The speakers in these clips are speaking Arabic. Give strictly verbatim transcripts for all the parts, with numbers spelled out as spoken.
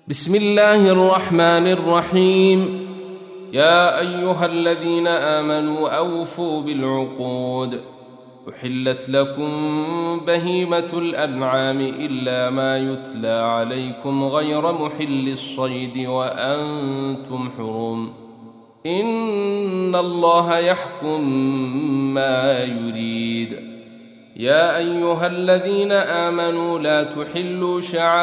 بسم الله الرحمن الرحيم. يا أيها الذين آمنوا أوفوا بالعقود. أحلت لكم بهيمة الأنعام إلا ما يتلى عليكم غير محل الصيد وأنتم حرم. إن الله يحكم ما يريد. يا أيها الذين آمنوا لا تحلوا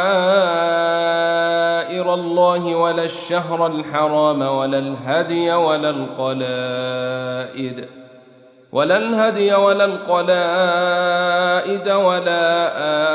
شعائر الله ولا الشهر الحرام ولا الهدي ولا القلائد ولا الهدي ولا القلائد ولا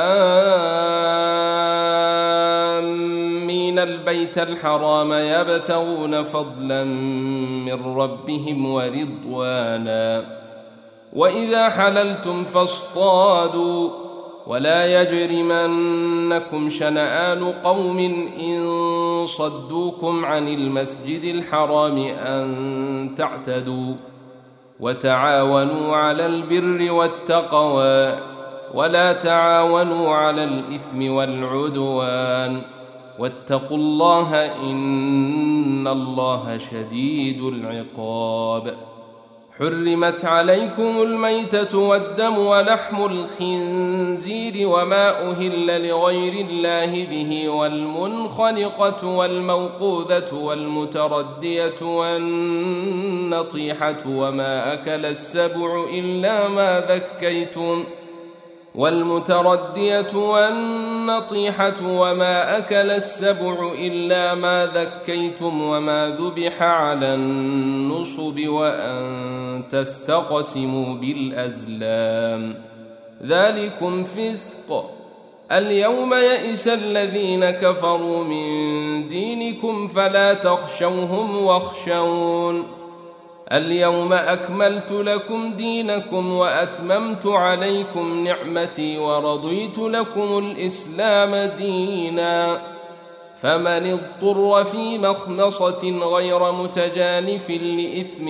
آمين البيت الحرام يبتغون فضلا من ربهم ورضوانا. وإذا حللتم فاصطادوا ولا يجرمنكم شنآن قوم إن صدوكم عن المسجد الحرام أن تعتدوا. وتعاونوا على البر والتقوى ولا تعاونوا على الإثم والعدوان واتقوا الله إن الله شديد العقاب. حرمت عليكم الميتة والدم ولحم الخنزير وما أهل لغير الله به والمنخنقة والموقوذة والمتردية والنطيحة وما أكل السبع إلا ما ذكيتم والمتردية والنطيحة وما أكل السبع إلا ما ذكيتم وما ذبح على النصب وأن تستقسموا بالأزلام ذلكم فسق. اليوم يئس الذين كفروا من دينكم فلا تخشوهم واخشون. اليوم أكملت لكم دينكم وأتممت عليكم نعمتي ورضيت لكم الإسلام دينا. فمن اضطر في مخمصة غير متجانف لإثم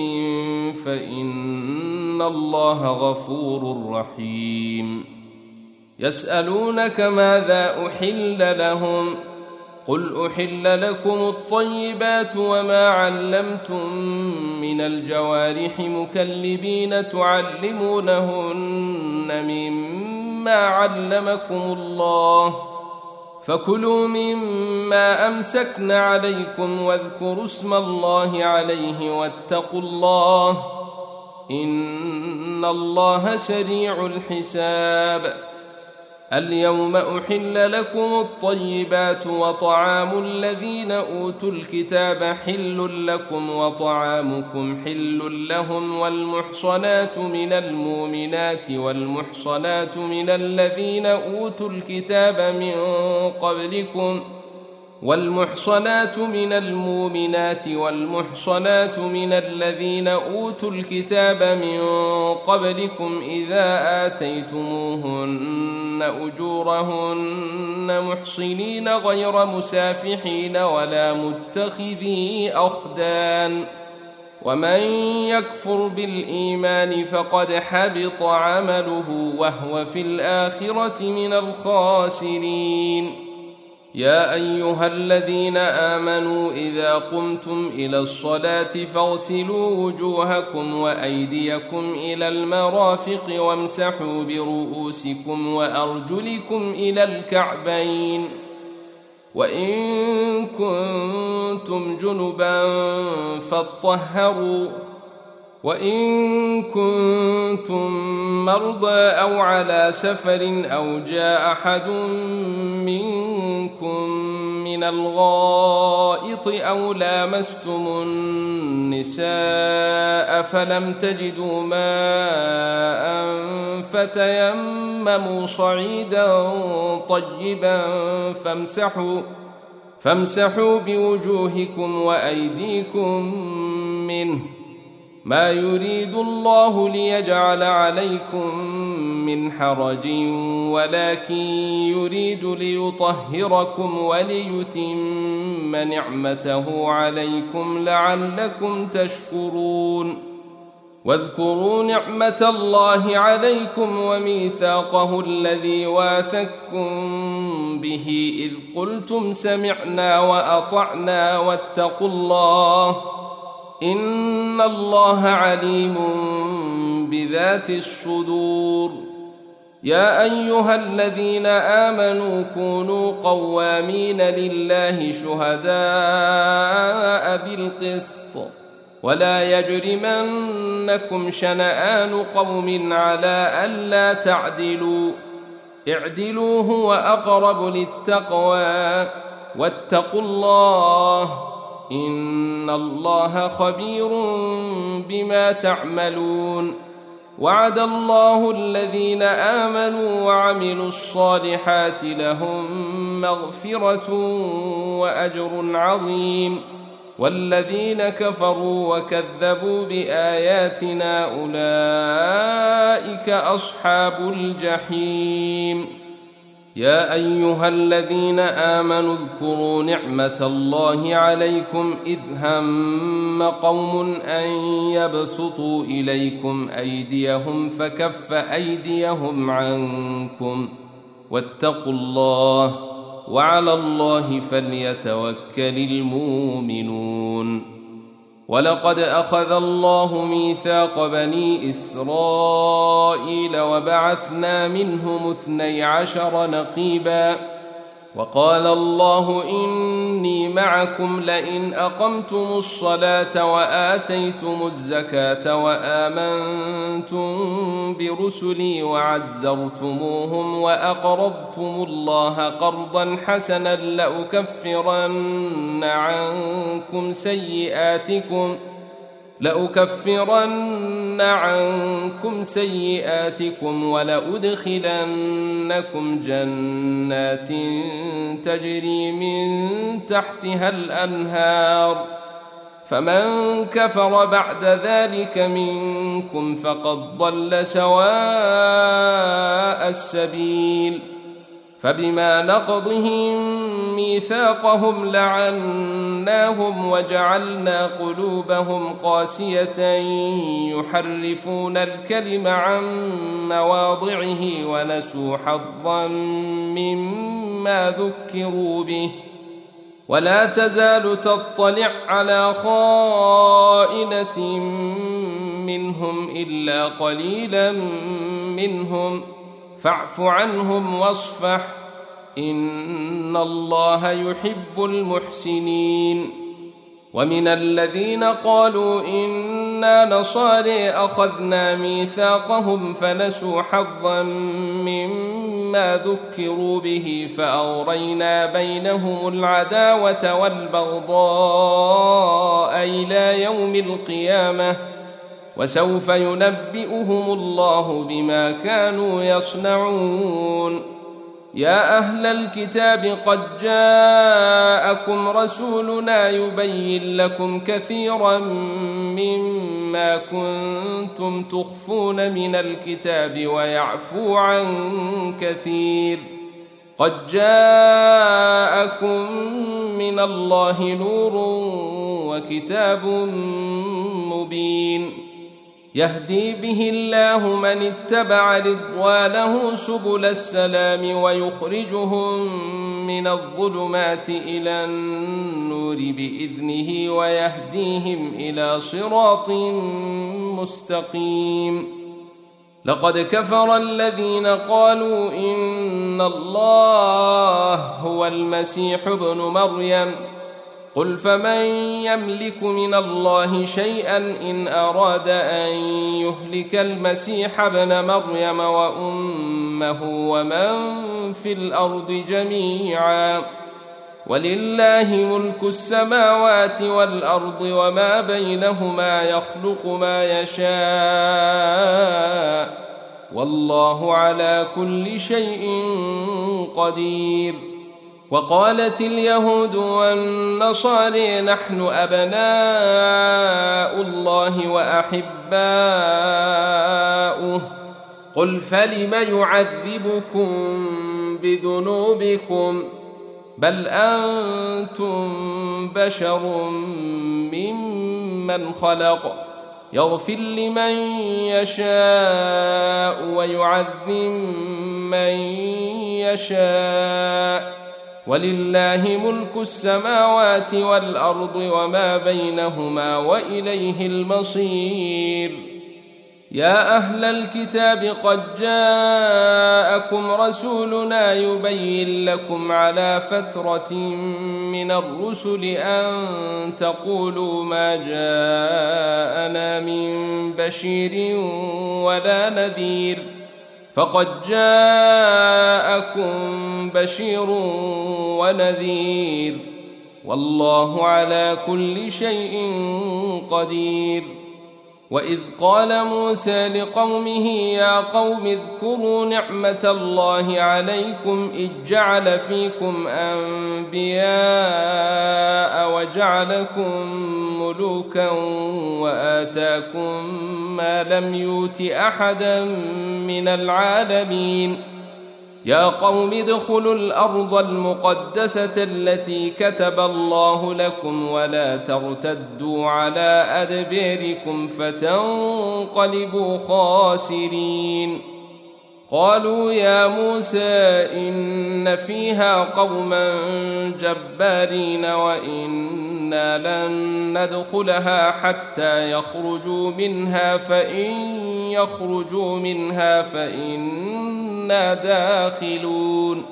فإن الله غفور رحيم. يسألونك ماذا أحل لهم قل أحل لكم الطيبات وما علمتم من الجوارح مكلبين تعلمونهن مما علمكم الله فكلوا مما أمسكن عليكم واذكروا اسم الله عليه واتقوا الله إن الله سريع الحساب. اليوم أحل لكم الطيبات وطعام الذين أوتوا الكتاب حل لكم وطعامكم حل لهم والمحصنات من المؤمنات والمحصنات من الذين أوتوا الكتاب من قبلكم والمحصنات من المؤمنات والمحصنات من الذين أوتوا الكتاب من قبلكم إذا آتيتموهن أجورهن محصنين غير مسافحين ولا متخذي أخدان. ومن يكفر بالإيمان فقد حبط عمله وهو في الآخرة من الخاسرين. يا أيها الذين آمنوا إذا قمتم إلى الصلاة فاغسلوا وجوهكم وأيديكم إلى المرافق وامسحوا برؤوسكم وأرجلكم إلى الكعبين وإن كنتم جنبا فاطهروا وإن كنتم مرضى أو على سفر أو جاء أحد منكم من الغائط أو لامستم النساء فلم تجدوا ماء فتيمموا صعيدا طيبا فامسحوا فامسحوا بوجوهكم وأيديكم منه ما يريد الله ليجعل عليكم من حرج ولكن يريد ليطهركم وليتم نعمته عليكم لعلكم تشكرون. واذكروا نعمة الله عليكم وميثاقه الذي واثقكم به إذ قلتم سمعنا وأطعنا واتقوا الله إن الله عليم بذات الصدور. يا أيها الذين آمنوا كونوا قوامين لله شهداء بالقسط ولا يجرمنكم شنآن قوم على ألا تعدلوا اعدلوا هو أقرب للتقوى واتقوا الله إن الله خبير بما تعملون. وعد الله الذين آمنوا وعملوا الصالحات لهم مغفرة وأجر عظيم والذين كفروا وكذبوا بآياتنا أولئك أصحاب الجحيم. يا أيها الذين آمنوا اذكروا نعمة الله عليكم إذ هم قوم أن يبسطوا إليكم أيديهم فكف أيديهم عنكم واتقوا الله وعلى الله فليتوكل المؤمنون. ولقد أخذ الله ميثاق بني إسرائيل وبعثنا منهم اثني عشر نقيبا وقال الله إني معكم لئن أقمتم الصلاة وآتيتم الزكاة وآمنتم برسلي وعزرتموهم وأقرضتم الله قرضا حسنا لأكفرن عنكم سيئاتكم لأكفرن عنكم سيئاتكم ولأدخلنكم جنات تجري من تحتها الأنهار فمن كفر بعد ذلك منكم فقد ضل سواء السبيل. فبما نقضهم ميثاقهم لعناهم وجعلنا قلوبهم قاسية يحرفون الكلم عن مواضعه ونسوا حظا مما ذكروا به ولا تزال تطلع على خائنة منهم إلا قليلا منهم فاعف عنهم واصفح إن الله يحب المحسنين. ومن الذين قالوا إنا نصارى أخذنا ميثاقهم فنسوا حظا مما ذكروا به فأغرينا بينهم العداوة والبغضاء إلى يوم القيامة وسوف ينبئهم الله بما كانوا يصنعون. يا أهل الكتاب قد جاءكم رسولنا يبين لكم كثيرا مما كنتم تخفون من الكتاب ويعفو عن كثير قد جاءكم من الله نور وكتاب مبين يهدي به الله من اتبع رضوانه سبل السلام ويخرجهم من الظلمات إلى النور بإذنه ويهديهم إلى صراط مستقيم. لقد كفر الذين قالوا إن الله هو المسيح ابن مريم قل فمن يملك من الله شيئا إن أراد أن يهلك المسيح ابن مريم وأمه ومن في الأرض جميعا ولله ملك السماوات والأرض وما بينهما يخلق ما يشاء والله على كل شيء قدير. وقالت اليهود والنصارى نحن أبناء الله وأحباؤه قل فلم يعذبكم بذنوبكم بل أنتم بشر ممن خلق يغفر لمن يشاء ويعذب من يشاء، ولله ملك السماوات والأرض وما بينهما وإليه المصير. يا أهل الكتاب قد جاءكم رسولنا يبين لكم على فترة من الرسل أن تقولوا ما جاءنا من بشير ولا نذير، فقد جاءكم بشير ونذير، والله على كل شيء قدير. وإذ قال موسى لقومه يا قوم اذكروا نعمة الله عليكم إذ جعل فيكم أنبياء وجعلكم ملوكا وآتاكم ما لم يؤت أحدا من العالمين. يا قوم ادخلوا الأرض المقدسة التي كتب الله لكم ولا ترتدوا على أدباركم فتنقلبوا خاسرين. قالوا يا موسى إن فيها قوما جبارين وإنا لن ندخلها حتى يخرجوا منها فإن يخرجوا منها فإنا داخلون.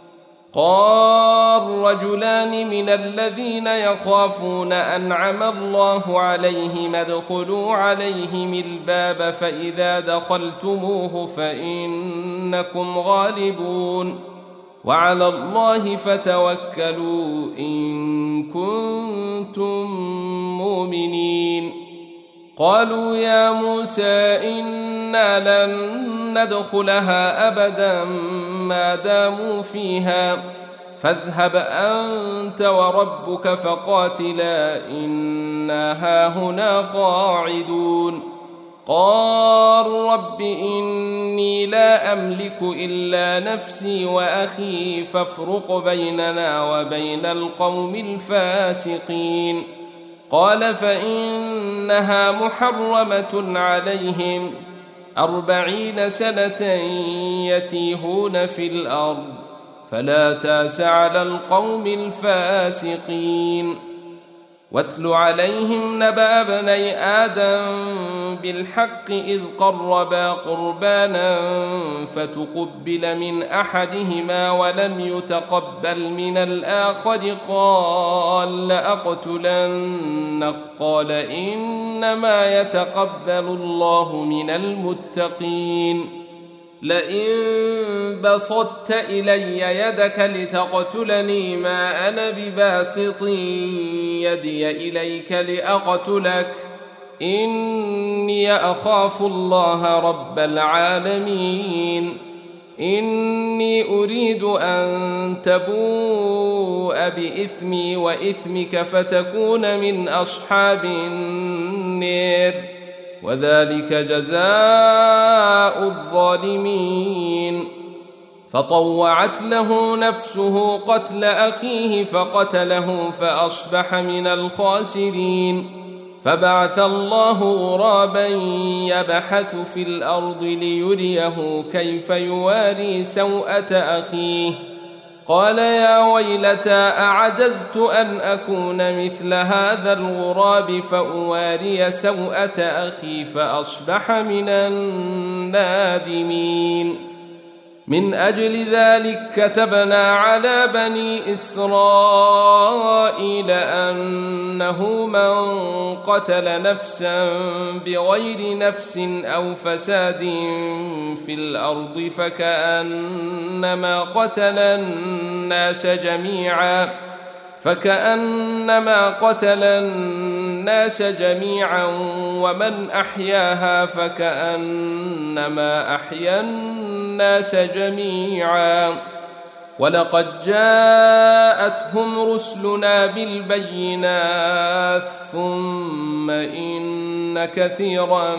قال رجلان من الذين يخافون أنعم الله عليهم ادخلوا عليهم الباب فإذا دخلتموه فإنكم غالبون وعلى الله فتوكلوا إن كنتم مؤمنين. قالوا يا موسى إنا لن ندخلها أبدا ما داموا فيها فاذهب أنت وربك فقاتلا إنا هاهنا قاعدون. قال رب إني لا أملك إلا نفسي وأخي فافرق بيننا وبين القوم الفاسقين. قال فإنها محرمة عليهم أربعين سنة يتيهون في الأرض فلا تأس على القوم الفاسقين. واتل عليهم نبأ ابني آدم بالحق إذ قربا قربانا فتقبل من أحدهما ولم يتقبل من الآخر قال لأقتلنك قال إنما يتقبل الله من المتقين. لئن بسطت إلي يدك لتقتلني ما أنا بباسط يدي إليك لأقتلك إني أخاف الله رب العالمين. إني أريد أن تبوء بإثمي وإثمك فتكون من أصحاب النار وذلك جزاء الظالمين. فطوعت له نفسه قتل أخيه فقتله فأصبح من الخاسرين. فبعث الله غرابا يبحث في الأرض ليريه كيف يواري سوءة أخيه قال يا ويلتى أعجزت أن أكون مثل هذا الغراب فأواري سوءة أخي فأصبح من النادمين. من أجل ذلك كتبنا على بني إسرائيل أنه من قتل نفسا بغير نفس أو فساد في الأرض فكأنما قتل الناس جميعا فكأنما قتل الناس جميعا ومن أحياها فكأنما أحيا الناس جميعا. ولقد جاءتهم رسلنا بالبينات ثم إن كثيرا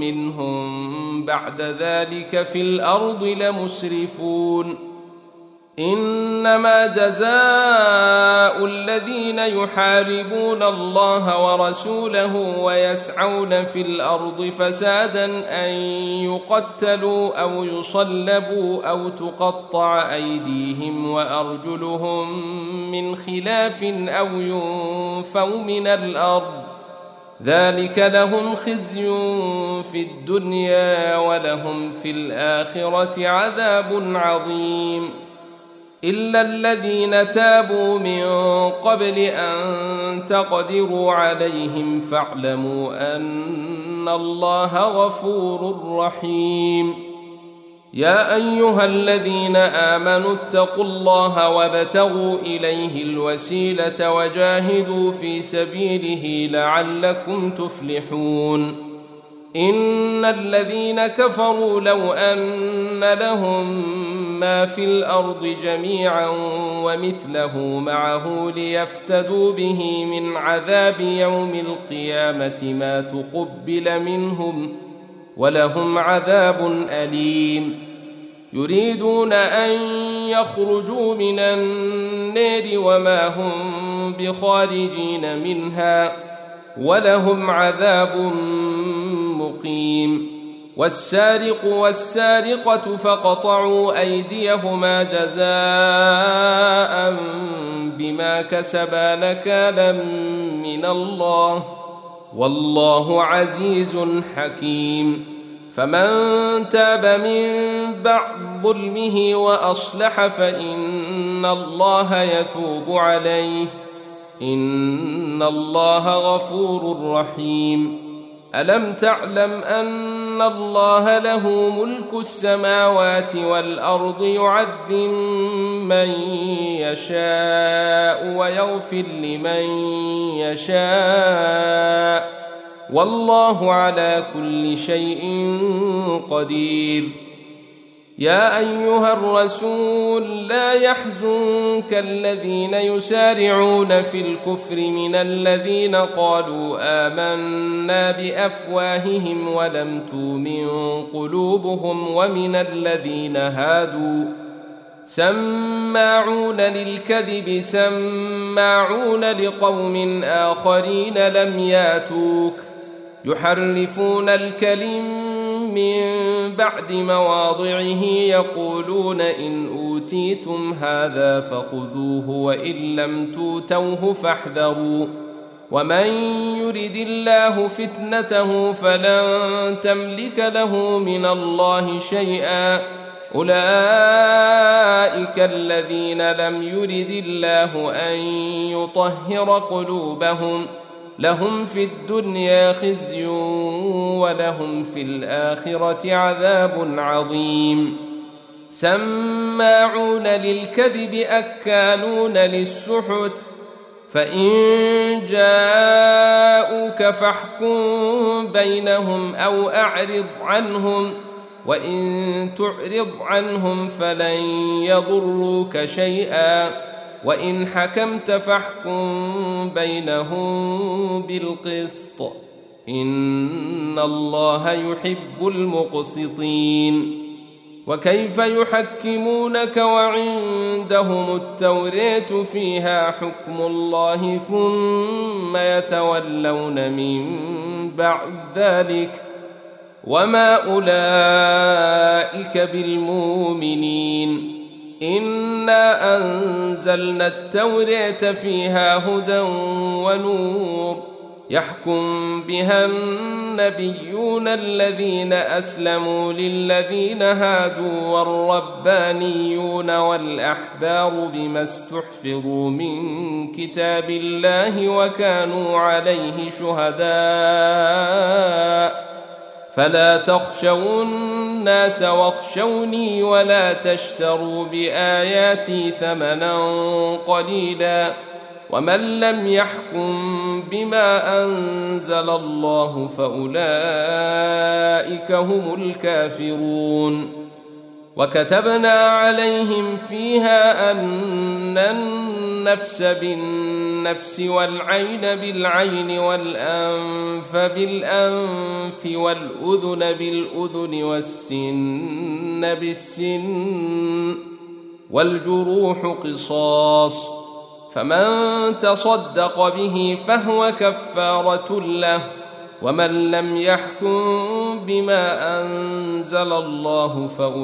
منهم بعد ذلك في الأرض لمسرفون. إنما جزاء الذين يحاربون الله ورسوله ويسعون في الأرض فسادا أن يقتلوا أو يصلبوا أو تقطع أيديهم وأرجلهم من خلاف أو ينفوا من الأرض، ذلك لهم خزي في الدنيا ولهم في الآخرة عذاب عظيم. إلا الذين تابوا من قبل أن تقدروا عليهم فاعلموا أن الله غفور رحيم. يا أيها الذين آمنوا اتقوا الله وابتغوا إليه الوسيلة وجاهدوا في سبيله لعلكم تفلحون. إن الذين كفروا لو أن لهم ما في الأرض جميعا ومثله معه ليفتدوا به من عذاب يوم القيامة ما تقبل منهم ولهم عذاب أليم. يريدون أن يخرجوا من النار وما هم بخارجين منها ولهم عذاب مقيم. والسارق والسارقة فاقطعوا أيديهما جزاء بما كسبا نكالا من الله والله عزيز حكيم. فمن تاب من بعد ظلمه وأصلح فإن الله يتوب عليه إن الله غفور رحيم. ألم تعلم أن الله له ملك السماوات والأرض يعذب من يشاء ويغفر لمن يشاء والله على كل شيء قدير. يا أيها الرسول لا يحزنك الذين يسارعون في الكفر من الذين قالوا آمنا بأفواههم ولم تؤمن قلوبهم ومن الذين هادوا سماعون للكذب سماعون لقوم آخرين لم ياتوك يحرفون الكلم من بعد مواضعه يقولون إن أوتيتم هذا فخذوه وإن لم توتوه فاحذروا ومن يرد الله فتنته فلن تملك له من الله شيئا أولئك الذين لم يرد الله أن يطهر قلوبهم لهم في الدنيا خزي ولهم في الآخرة عذاب عظيم. سماعون للكذب أكالون للسحت فإن جاءوك فاحكم بينهم أو أعرض عنهم وإن تعرض عنهم فلن يضروك شيئا وإن حكمت فاحكم بينهم بالقسط إن الله يحب المقسطين. وكيف يحكمونك وعندهم التوراة فيها حكم الله ثم يتولون من بعد ذلك وما أولئك بالمؤمنين. إنا أنزلنا التوراة فيها هدى ونور يحكم بها النبيون الذين أسلموا للذين هادوا والربانيون والأحبار بما استحفظوا من كتاب الله وكانوا عليه شهداء فلا تخشوا الناس واخشوني ولا تشتروا بآياتي ثمنا قليلا ومن لم يحكم بما أنزل الله فأولئك هم الكافرون. وكتبنا عليهم فيها أن النفس بالنفس والعين بالعين والأنف بالأنف والأذن بالأذن والسن بالسن والجروح قصاص، فمن تصدق به فهو كفارة له، ومن لم يحكم بما أنزل الله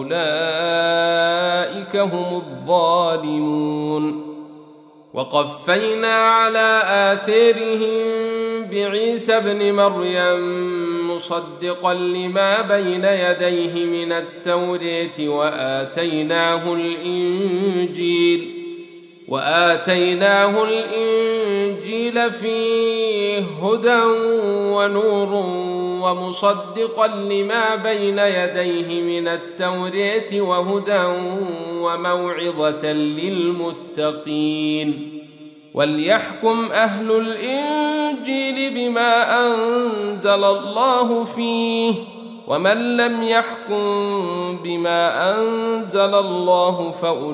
فأولئك هم الظالمون. وقفينا على آثارهم بعيسى ابن مريم مصدقا لما بين يديه من التوراة وآتيناه الإنجيل وآتيناه الإنجيل فيه هدى ونور ومصدقا لما بين يديه من التوراة وهدى وموعظة للمتقين. وليحكم أهل الإنجيل بما أنزل الله فيه، ومن لم يحكم بما أنزل الله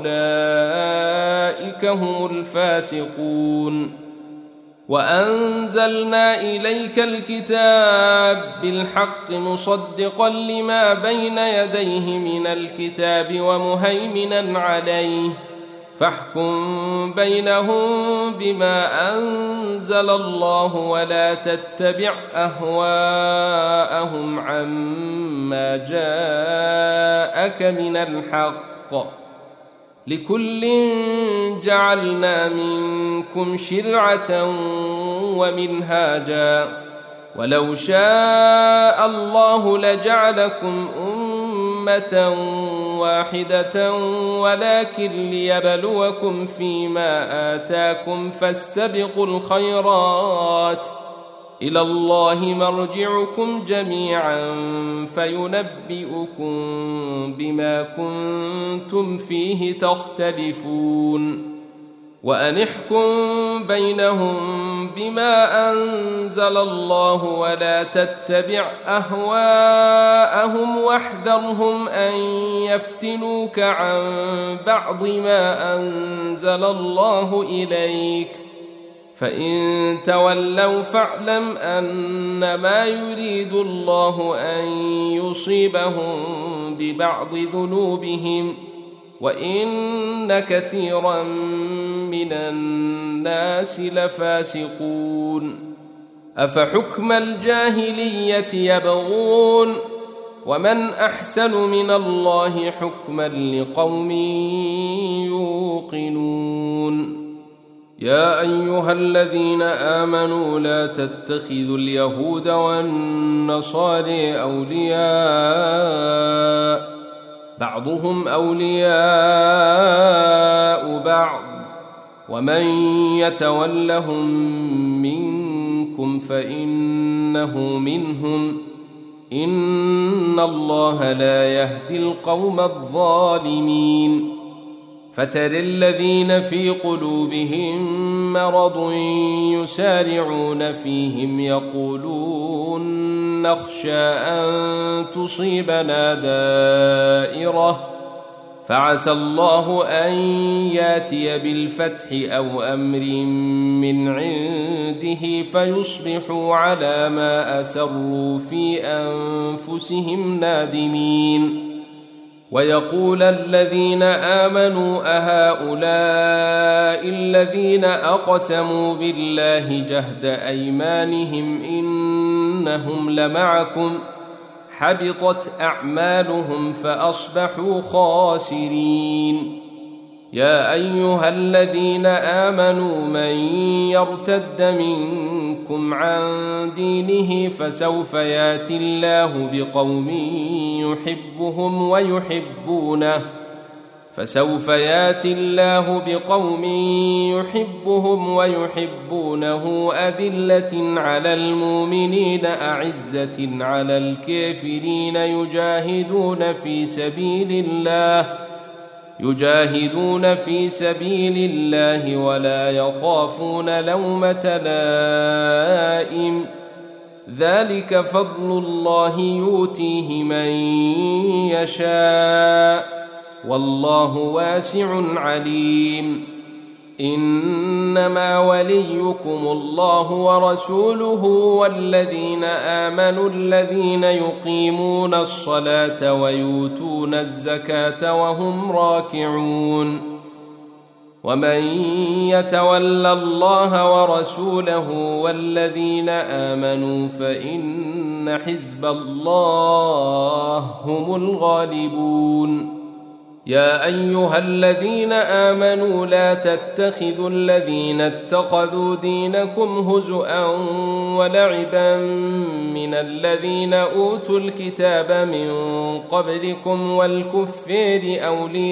فأولئك هم الفاسقون. وأنزلنا إليك الكتاب بالحق مصدقا لما بين يديه من الكتاب ومهيمنا عليه، فاحكم بينهم بما أنزل الله ولا تتبع أهواءهم عما جاءك من الحق، لكل جعلنا منكم شرعة ومنهاجا، ولو شاء الله لجعلكم أمة واحدة ولكن ليبلوكم فيما آتاكم فاستبقوا الخيرات، إلى الله مرجعكم جميعا فينبئكم بما كنتم فيه تختلفون. وأن احكم بينهم بما أنزل الله ولا تتبع أهواءهم واحذرهم أن يفتنوك عن بعض ما أنزل الله إليك، فإن تولوا فاعلم أنما يريد الله أن يصيبهم ببعض ذنوبهم، وإن كثيرا من الناس لفاسقون. أفحكم الجاهلية يبغون، ومن أحسن من الله حكما لقوم يوقنون. يا أيها الذين آمنوا لا تتخذوا اليهود والنصارى أولياء، بعضهم أولياء بعض، ومن يتولهم منكم فإنه منهم، إن الله لا يهدي القوم الظالمين. فترى الذين في قلوبهم مرض يسارعون فيهم يقولون نخشى أن تصيبنا دائرة، فعسى الله أن ياتي بالفتح أو أمر من عنده فيصبحوا على ما أسروا في أنفسهم نادمين. ويقول الذين آمنوا أهؤلاء الذين أقسموا بالله جهد أيمانهم إنهم لمعكم، حبطت أعمالهم فأصبحوا خاسرين. يا أيها الذين آمنوا من يرتد منكم عن دينه فسوف ياتي الله بقوم يحبهم ويحبونه فسوف ياتي الله بقوم يحبهم ويحبونه أذلة على المؤمنين أعزة على الكافرين يجاهدون في سبيل الله يجاهدون في سبيل الله ولا يخافون لومة لائم، ذلك فضل الله يؤتيه من يشاء والله واسع عليم. إنما وليكم الله ورسوله والذين آمنوا الذين يقيمون الصلاة ويؤتون الزكاة وهم راكعون ومن يتول الله ورسوله والذين آمنوا فإن حزب الله هم الغالبون. يا أيها الذين آمنوا لا تتخذوا الذين اتخذوا دينكم هزؤا ولعبا من الذين أوتوا الكتاب من قبلكم والكفار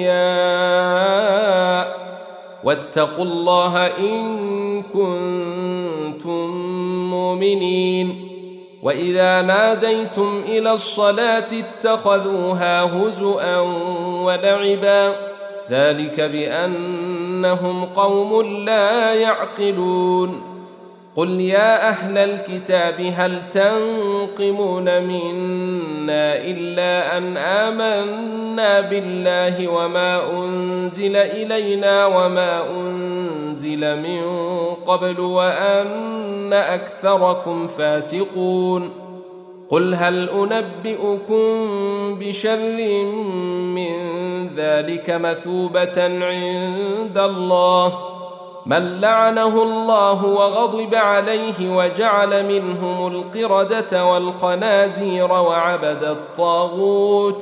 أولياء واتقوا الله إن كنتم مؤمنين. وإذا ناديتم إلى الصلاة اتخذوها هزؤا ولعبا ذلك بأنهم قوم لا يعقلون. قل يا أهل الكتاب هل تنقمون منا إلا أن آمنا بالله وما أنزل إلينا وما أنزل من قبل وأن أكثركم فاسقون. قل هل أنبئكم بشر من ذلك مثوبة عند الله من لعنه الله وغضب عليه وجعل منهم القردة والخنازير وعبد الطاغوت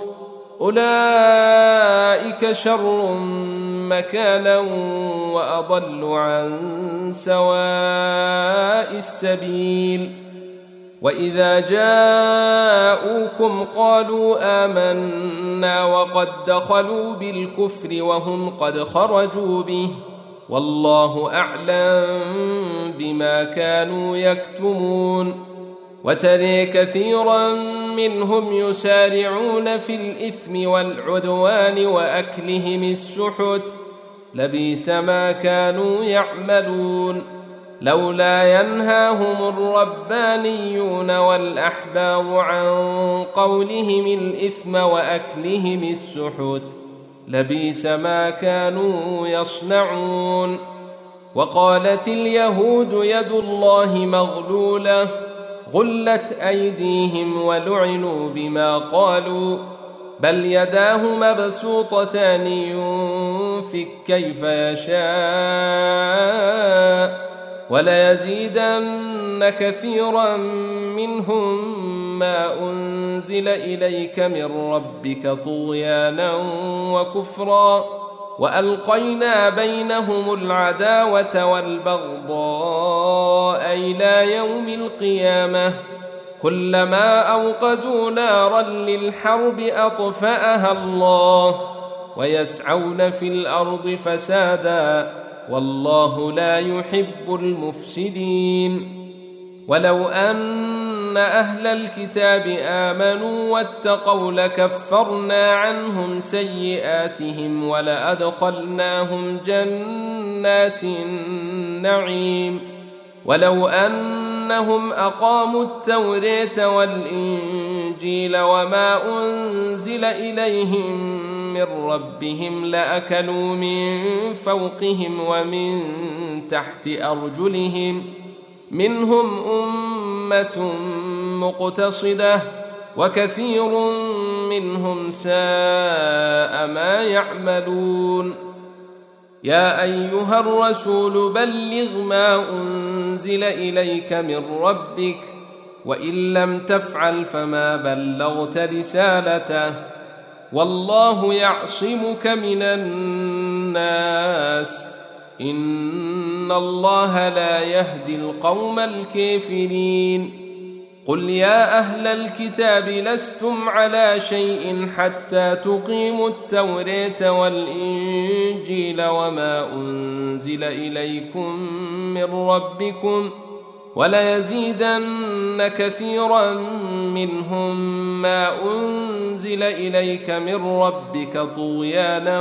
أولئك شر مكانا وأضل عن سواء السبيل. وإذا جاءوكم قالوا آمنا وقد دخلوا بالكفر وهم قد خرجوا به والله أعلم بما كانوا يكتمون. وترى كثيرا منهم يسارعون في الإثم والعدوان وأكلهم السحت لبئس ما كانوا يعملون. لولا ينهاهم الربانيون والأحبار عن قولهم الإثم وأكلهم السحت لبئس ما كانوا يصنعون. وقالت اليهود يد الله مغلولة غلت أيديهم ولعنوا بما قالوا بل يداه مبسوطتان ينفق كيف يشاء وليزيدن كثيرا منهم ما أنزل إليك من ربك طغيانا وكفرا وألقينا بينهم العداوة والبغضاء إلى يوم القيامة كلما أوقدوا نارا للحرب أطفأها الله ويسعون في الأرض فسادا والله لا يحب المفسدين. ولو أن أهل الكتاب آمنوا واتقوا لكفرنا عنهم سيئاتهم ولأدخلناهم جنات النعيم. ولو أنهم أقاموا التوراة والإنجيل وما أنزل إليهم من ربهم لأكلوا من فوقهم ومن تحت أرجلهم منهم أمة مقتصدة وكثير منهم ساء ما يعملون. يا أيها الرسول بلغ ما أنزل إليك من ربك وإن لم تفعل فما بلغت رسالته والله يعصمك من الناس إن الله لا يهدي القوم الكافرين. قل يا أهل الكتاب لستم على شيء حتى تقيموا التوراة والإنجيل وما أنزل إليكم من ربكم وليزيدن كثيرا منهم ما أنزل إليك من ربك طغيانا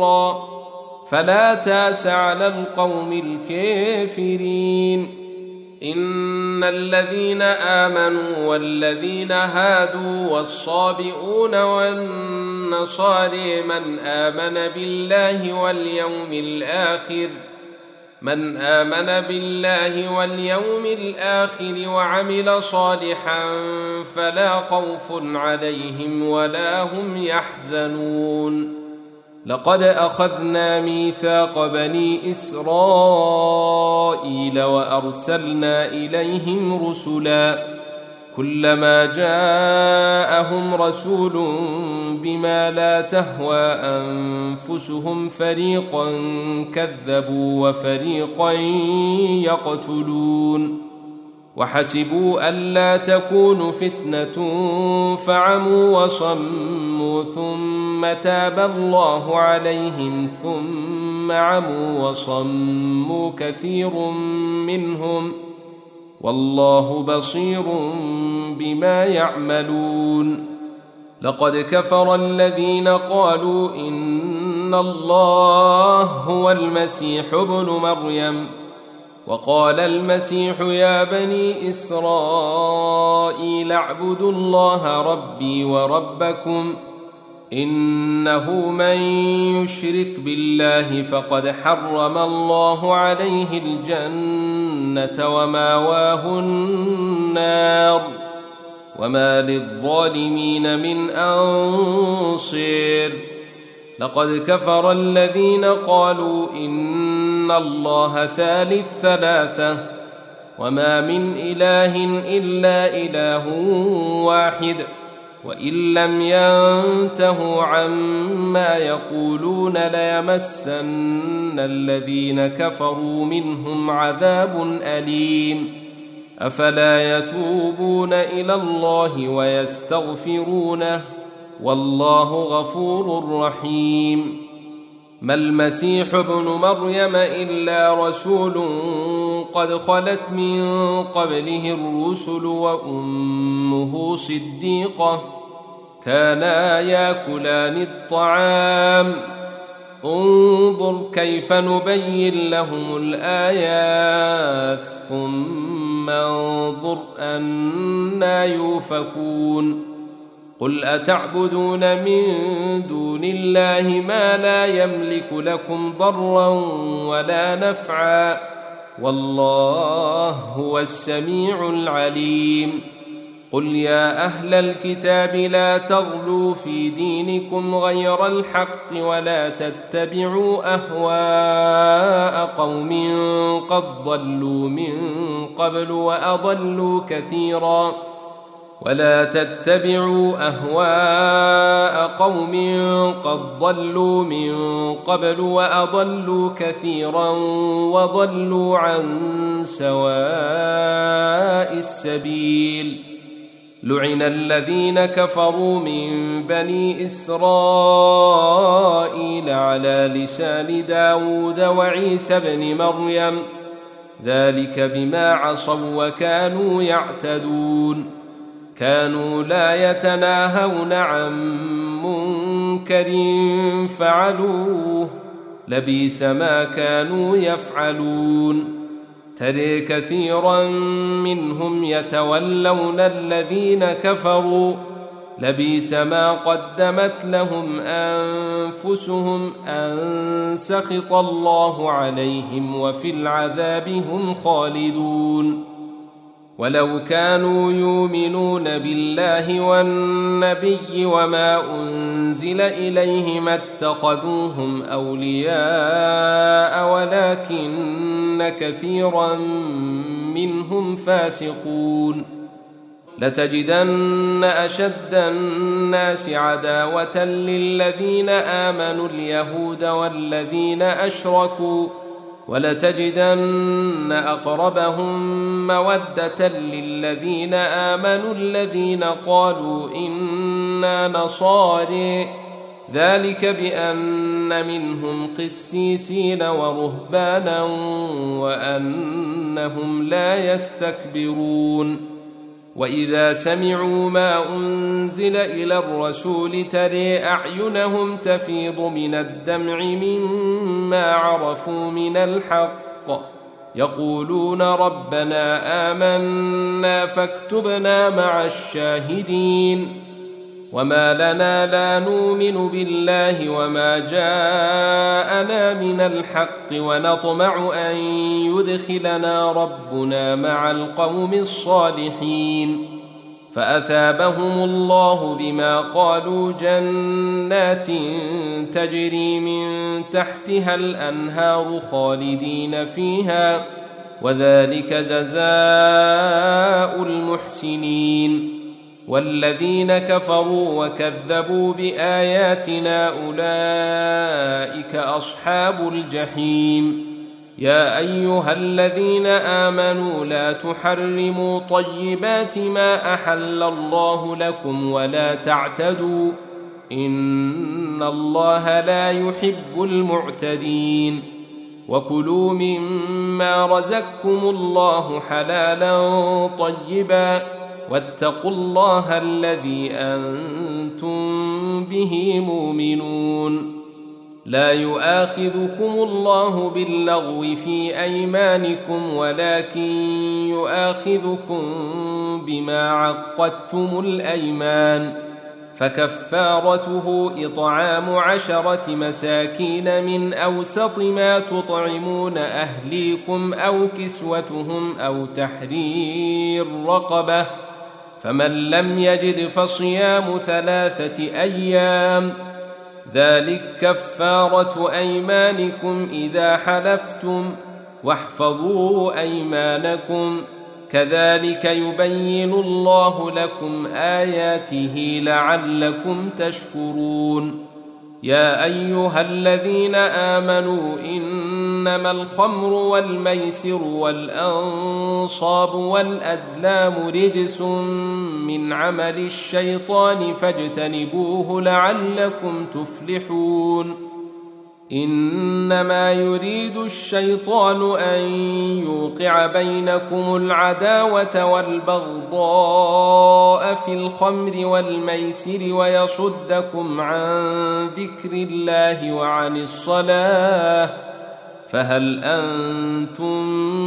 وكفرا فلا تاس على القوم الكافرين. إن الذين آمنوا والذين هادوا والصابئون والنصارى من آمن بالله واليوم الآخر من آمن بالله واليوم الآخر وعمل صالحا فلا خوف عليهم ولا هم يحزنون. لقد أخذنا ميثاق بني إسرائيل وأرسلنا إليهم رسلا كلما جاءهم رسول بما لا تهوى أنفسهم فريقا كذبوا وفريقا يقتلون وحسبوا ألا تكون فتنة فعموا وصموا ثم تاب الله عليهم ثم عموا وصموا كثير منهم والله بصير بما يعملون. لقد كفر الذين قالوا إن الله هو المسيح ابن مريم وقال المسيح يا بني إسرائيل اعبدوا الله ربي وربكم إنه من يشرك بالله فقد حرم الله عليه الجنة وماواه النار وما للظالمين من أنصير. لقد كفر الذين قالوا إن الله ثالث ثلاثة وما من إله إلا إله واحد وإن لم ينتهوا عما يقولون ليمسن الذين كفروا منهم عذاب أليم. أفلا يتوبون إلى الله ويستغفرونه والله غفور رحيم. ما المسيح ابن مريم إلا رسول قد خلت من قبله الرسل وأمه صديقة كانا ياكلان الطعام انظر كيف نبين لهم الآيات ثم انظر أنا يؤفكون. قل أتعبدون من دون الله ما لا يملك لكم ضرا ولا نفعا والله هو السميع العليم. قل يا أهل الكتاب لا تغلوا في دينكم غير الحق ولا تتبعوا أهواء قوم قد ضلوا من قبل وأضلوا كثيرا ولا تتبعوا أهواء قوم قد ضلوا من قبل وأضلوا كثيرا وضلوا عن سواء السبيل. لعن الذين كفروا من بني إسرائيل على لسان داود وعيسى بن مريم ذلك بما عصوا وكانوا يعتدون. كانوا لا يتناهون عن منكر فعلوه لبئس ما كانوا يفعلون. ترى كثيرا منهم يتولون الذين كفروا لبئس ما قدمت لهم أنفسهم أن سخط الله عليهم وفي العذاب هم خالدون. ولو كانوا يؤمنون بالله والنبي وما أنزل إليه ما اتخذوهم أولياء ولكن كثيرا منهم فاسقون. لتجدن أشد الناس عداوة للذين آمنوا اليهود والذين أشركوا ولتجدن أقربهم مودة للذين آمنوا الذين قالوا إنا نصارى ذلك بأن منهم قسيسين ورهبانا وأنهم لا يستكبرون. وإذا سمعوا ما أنزل إلى الرسول ترى أعينهم تفيض من الدمع مما عرفوا من الحق يقولون ربنا آمنا فاكتبنا مع الشاهدين وما لنا لا نؤمن بالله وما جاءنا من الحق ونطمع أن يدخلنا ربنا مع القوم الصالحين فأثابهم الله بما قالوا جنات تجري من تحتها الأنهار خالدين فيها وذلك جزاء المحسنين والذين كفروا وكذبوا بآياتنا أولئك أصحاب الجحيم يا أيها الذين آمنوا لا تحرموا طيبات ما أحل الله لكم ولا تعتدوا إن الله لا يحب المعتدين وكلوا مما رزقكم الله حلالا طيبا واتقوا الله الذي أنتم به مؤمنون لا يؤاخذكم الله باللغو في أيمانكم ولكن يؤاخذكم بما عقدتم الأيمان فكفارته إطعام عشرة مساكين من أوسط ما تطعمون أهليكم أو كسوتهم أو تحرير رقبة فمن لم يجد فصيام ثلاثة أيام ذلك كفارة أيمانكم إذا حلفتم واحفظوا أيمانكم كذلك يبين الله لكم آياته لعلكم تشكرون يا أيها الذين آمنوا إنما الخمر والميسر والأنصاب والأزلام رجس من عمل الشيطان فاجتنبوه لعلكم تفلحون إنما يريد الشيطان أن يوقع بينكم العداوة والبغضاء في الخمر والميسر ويصدكم عن ذكر الله وعن الصلاة فهل أنتم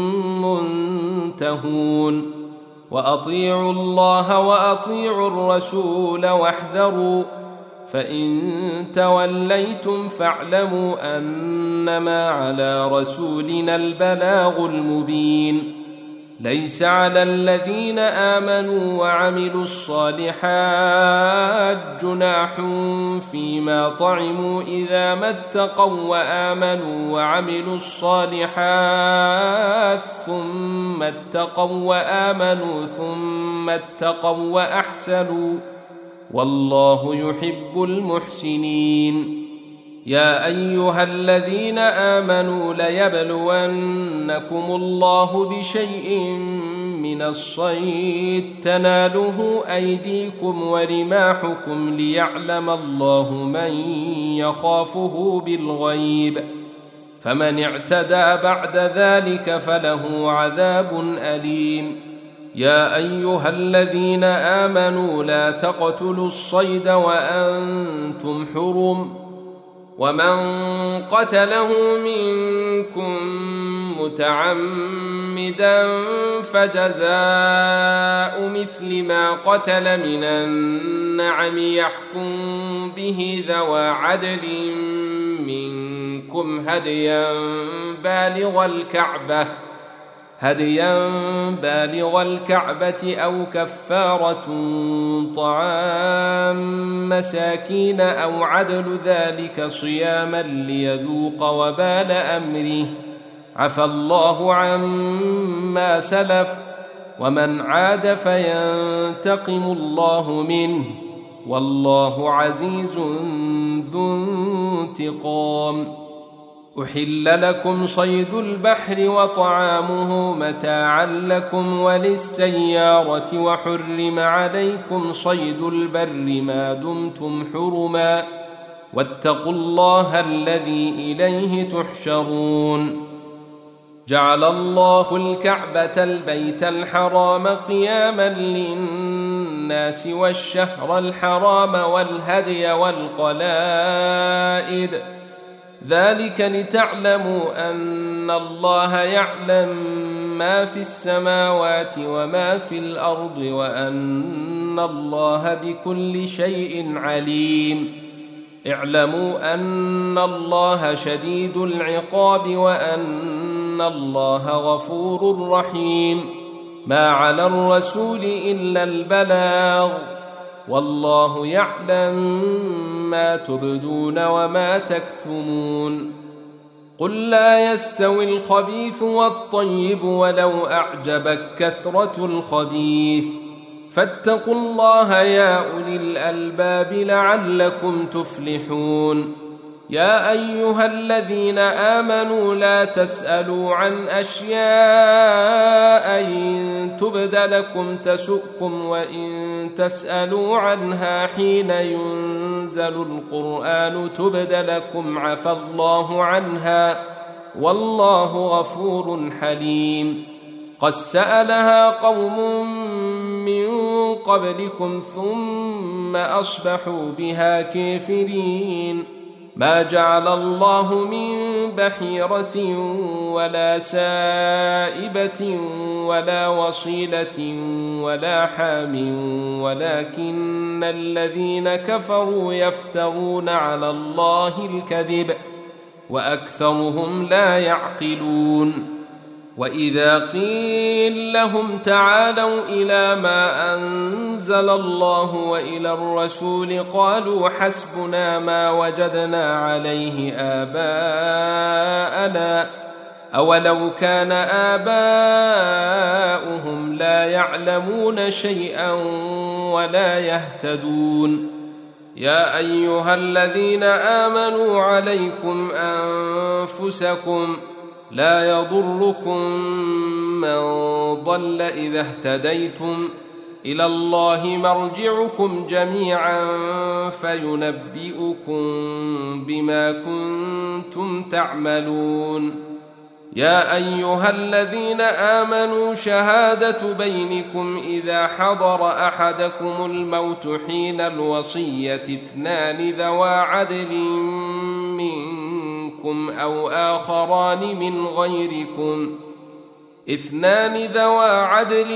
منتهون وأطيعوا الله وأطيعوا الرسول واحذروا فإن توليتم فاعلموا أنما على رسولنا البلاغ المبين ليس على الذين آمنوا وعملوا الصالحات جناح فيما طعموا إذا ما اتقوا وآمنوا وعملوا الصالحات ثم اتقوا وآمنوا ثم اتقوا وأحسنوا والله يحب المحسنين يا أيها الذين آمنوا ليبلونكم الله بشيء من الصيد تناله أيديكم ورماحكم ليعلم الله من يخافه بالغيب فمن اعتدى بعد ذلك فله عذاب أليم يا أيها الذين آمنوا لا تقتلوا الصيد وأنتم حرم ومن قتله منكم متعمدا فجزاء مثل ما قتل من النعم يحكم به ذوى عدل منكم هديا بالغ الكعبة هديا بالغ الكعبة أو كفارة طعام مساكين أو عدل ذلك صياما ليذوق وبال أمره عفى الله عما سلف ومن عاد فينتقم الله منه والله عزيز ذو انتقام أحل لكم صيد البحر وطعامه متاعا لكم وللسيارة وحرم عليكم صيد البر ما دمتم حرما واتقوا الله الذي إليه تحشرون جعل الله الكعبة البيت الحرام قياما للناس والشهر الحرام والهدي والقلائد ذلك لتعلموا أن الله يعلم ما في السماوات وما في الأرض وأن الله بكل شيء عليم. اعلموا أن الله شديد العقاب وأن الله غفور رحيم. ما على الرسول إلا البلاغ والله يعلم ما تبدون وما تكتمون. قل لا يستوي الخبيث والطيب ولو أعجبك كثرة الخبيث فاتقوا الله يا أولي الألباب لعلكم تفلحون. يا أيها الذين آمنوا لا تسألوا عن أشياء إن تبد لكم تسؤكم وإن تسألوا عنها حين ينزل القرآن تبد لكم عفى الله عنها والله غفور حليم. قد سألها قوم من قبلكم ثم أصبحوا بها كافرين. ما جعل الله من بحيرة ولا سائبة ولا وصيلة ولا حام ولكن الذين كفروا يفترون على الله الكذب وأكثرهم لا يعقلون. وإذا قيل لهم تعالوا إلى ما أنزل الله وإلى الرسول قالوا حسبنا ما وجدنا عليه آباءنا أولو كان آباؤهم لا يعلمون شيئا ولا يهتدون. يا أيها الذين آمنوا عليكم أنفسكم لا يضركم من ضل إذا اهتديتم إلى الله مرجعكم جميعا فينبئكم بما كنتم تعملون. يا أيها الذين آمنوا شهادة بينكم إذا حضر أحدكم الموت حين الوصية اثنان ذوى عدل منكم أو آخران من غيركم اثنان ذوى عدل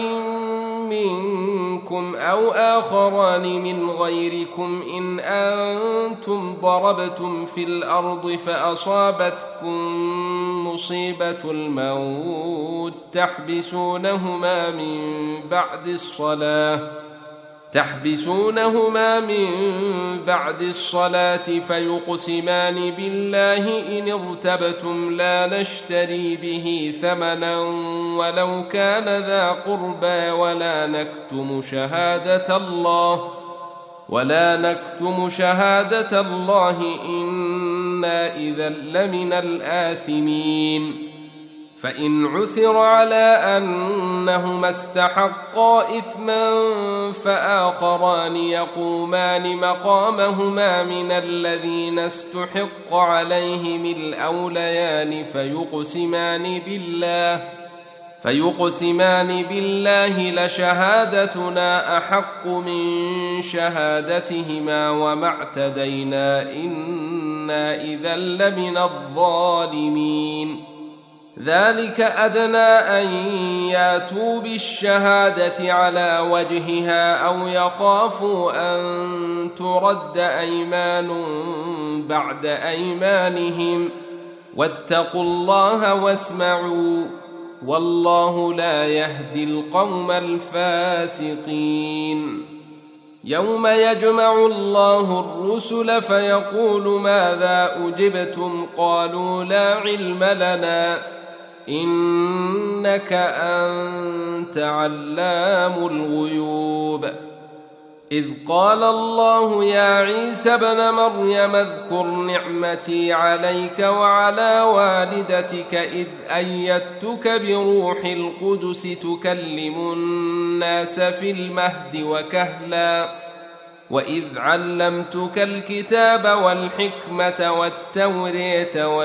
منكم أو آخران من غيركم إن أنتم ضربتم في الأرض فأصابتكم مصيبة الموت تحبسونهما من بعد الصلاة تحبسونهما من بعد الصلاة فيقسمان بالله إن ارتبتم لا نشتري به ثمنا ولو كان ذا قربى ولا نكتم شهادة الله ولا نكتم شهادة الله إنا إذا لمن الآثمين. فإن عثر على أنهما استحقا إثما فآخران يقومان مقامهما من الذين استحق عليهم الأوليان فيقسمان بالله فيقسمان بالله لشهادتنا أحق من شهادتهما وما اعتدينا إنا إذا لمن الظالمين. ذلك أدنى أن ياتوا بالشهادة على وجهها أو يخافوا أن ترد أيمان بعد أيمانهم واتقوا الله واسمعوا والله لا يهدي القوم الفاسقين. يوم يجمع الله الرسل فيقول ماذا أجبتم قالوا لا علم لنا إنك أنت علام الغيوب. إذ قال الله يا عيسى ابن مريم اذكر نعمتي عليك وعلى والدتك إذ أيدتك بروح القدس تكلم الناس في المهد وكهلا وإذ علمتك الكتاب والحكمة والتوراة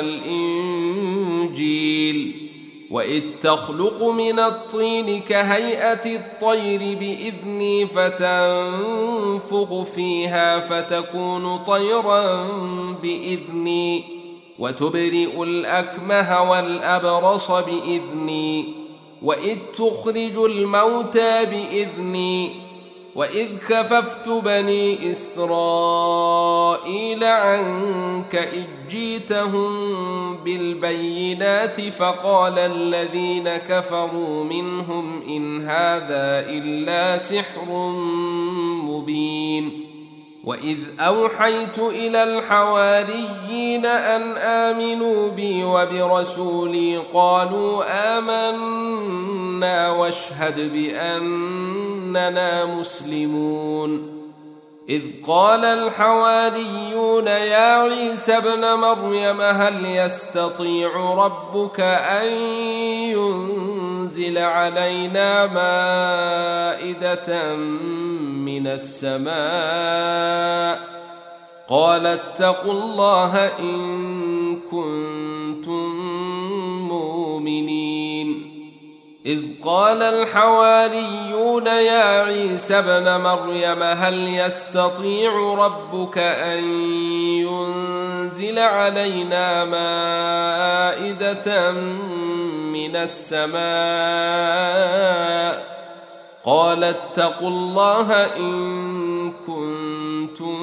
والإنجيل وإذ تخلق من الطين كهيئة الطير بإذني فتنفخ فيها فتكون طيرا بإذني وتبرئ الأكمه والأبرص بإذني، وإذ تخرج الموتى بإذني، وإذ كففت بني إسرائيل عنك إذ جئتهم بالبينات فقال الذين كفروا منهم إن هذا إلا سحر مبين. وإذ أوحيت إلى الحواريين أن آمنوا بي وبرسولي قالوا آمنا واشهد بأننا مسلمون. إذ قال الحواريون يا عيسى ابن مريم هل يستطيع ربك أن ينزل علينا مائدة من السماء؟ قال اتقوا الله إن كنتم مؤمنين. إذ قال الحواريون يا عيسى ابن مريم هل يستطيع ربك أن ينزل علينا مائدة من السماء؟ قال اتقوا الله إن كنتم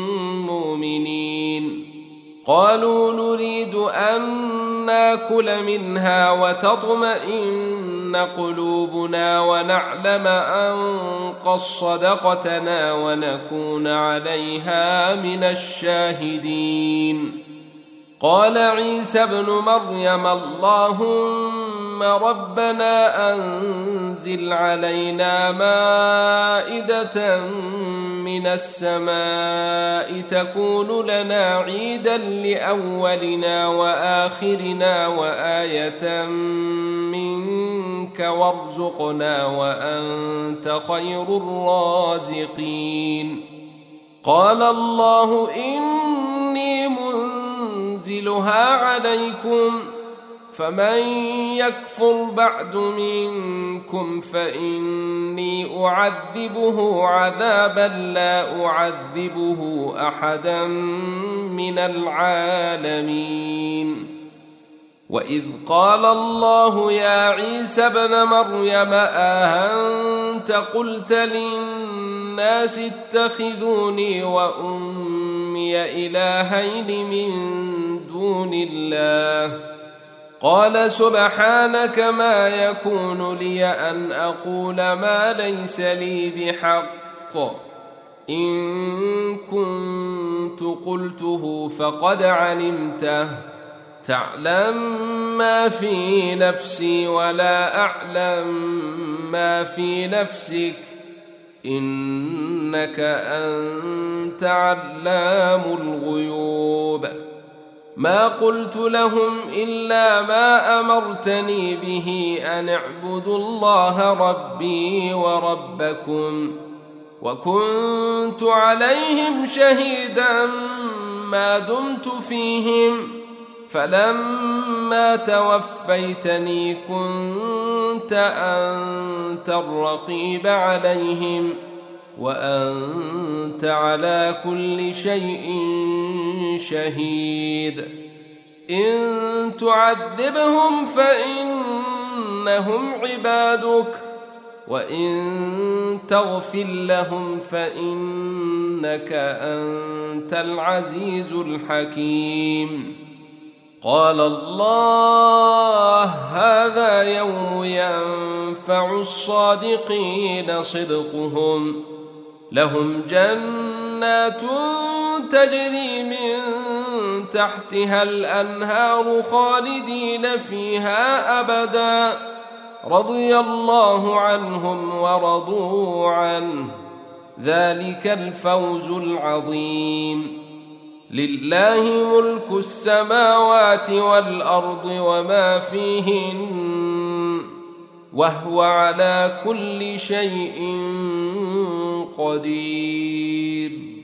مؤمنين. قالوا نريد أن ناكل منها وتطمئن قلوبنا ونعلم أن قد صدقتنا ونكون عليها من الشاهدين. قال عيسى ابن مريم اللهم ربنا أنزل علينا مائدة من السماء تكون لنا عيدا لأولنا وآخرنا وآية منك وارزقنا وأنت خير الرازقين. قال الله إني منزلها عليكم فمن يكفر بعد منكم فإني أعذبه عذابا لا أعذبه أحدا من العالمين. وإذ قال الله يا عيسى ابن مريم أأنت قلت للناس اتخذوني وأمي إلهين من دون الله؟ قال سبحانك ما يكون لي أن أقول ما ليس لي بحق، إن كنت قلته فقد علمته، تعلم ما في نفسي ولا أعلم ما في نفسك، إنك أنت علام الغيوب. ما قلت لهم إلا ما أمرتني به أن اعبدوا الله ربي وربكم، وكنت عليهم شهيدا ما دمت فيهم، فلما توفيتني كنت أنت الرقيب عليهم، وأنت على كل شيء شهيد. إن تعذبهم فإنهم عبادك، وإن تغفر لهم فإنك أنت العزيز الحكيم. قال الله هذا يوم ينفع الصادقين صدقهم، لهم جنات تجري من تحتها الأنهار خالدين فيها أبدا، رضي الله عنهم ورضوا عنه، ذلك الفوز العظيم. لله ملك السماوات والأرض وما فيهن، وهو على كل شيء قدير.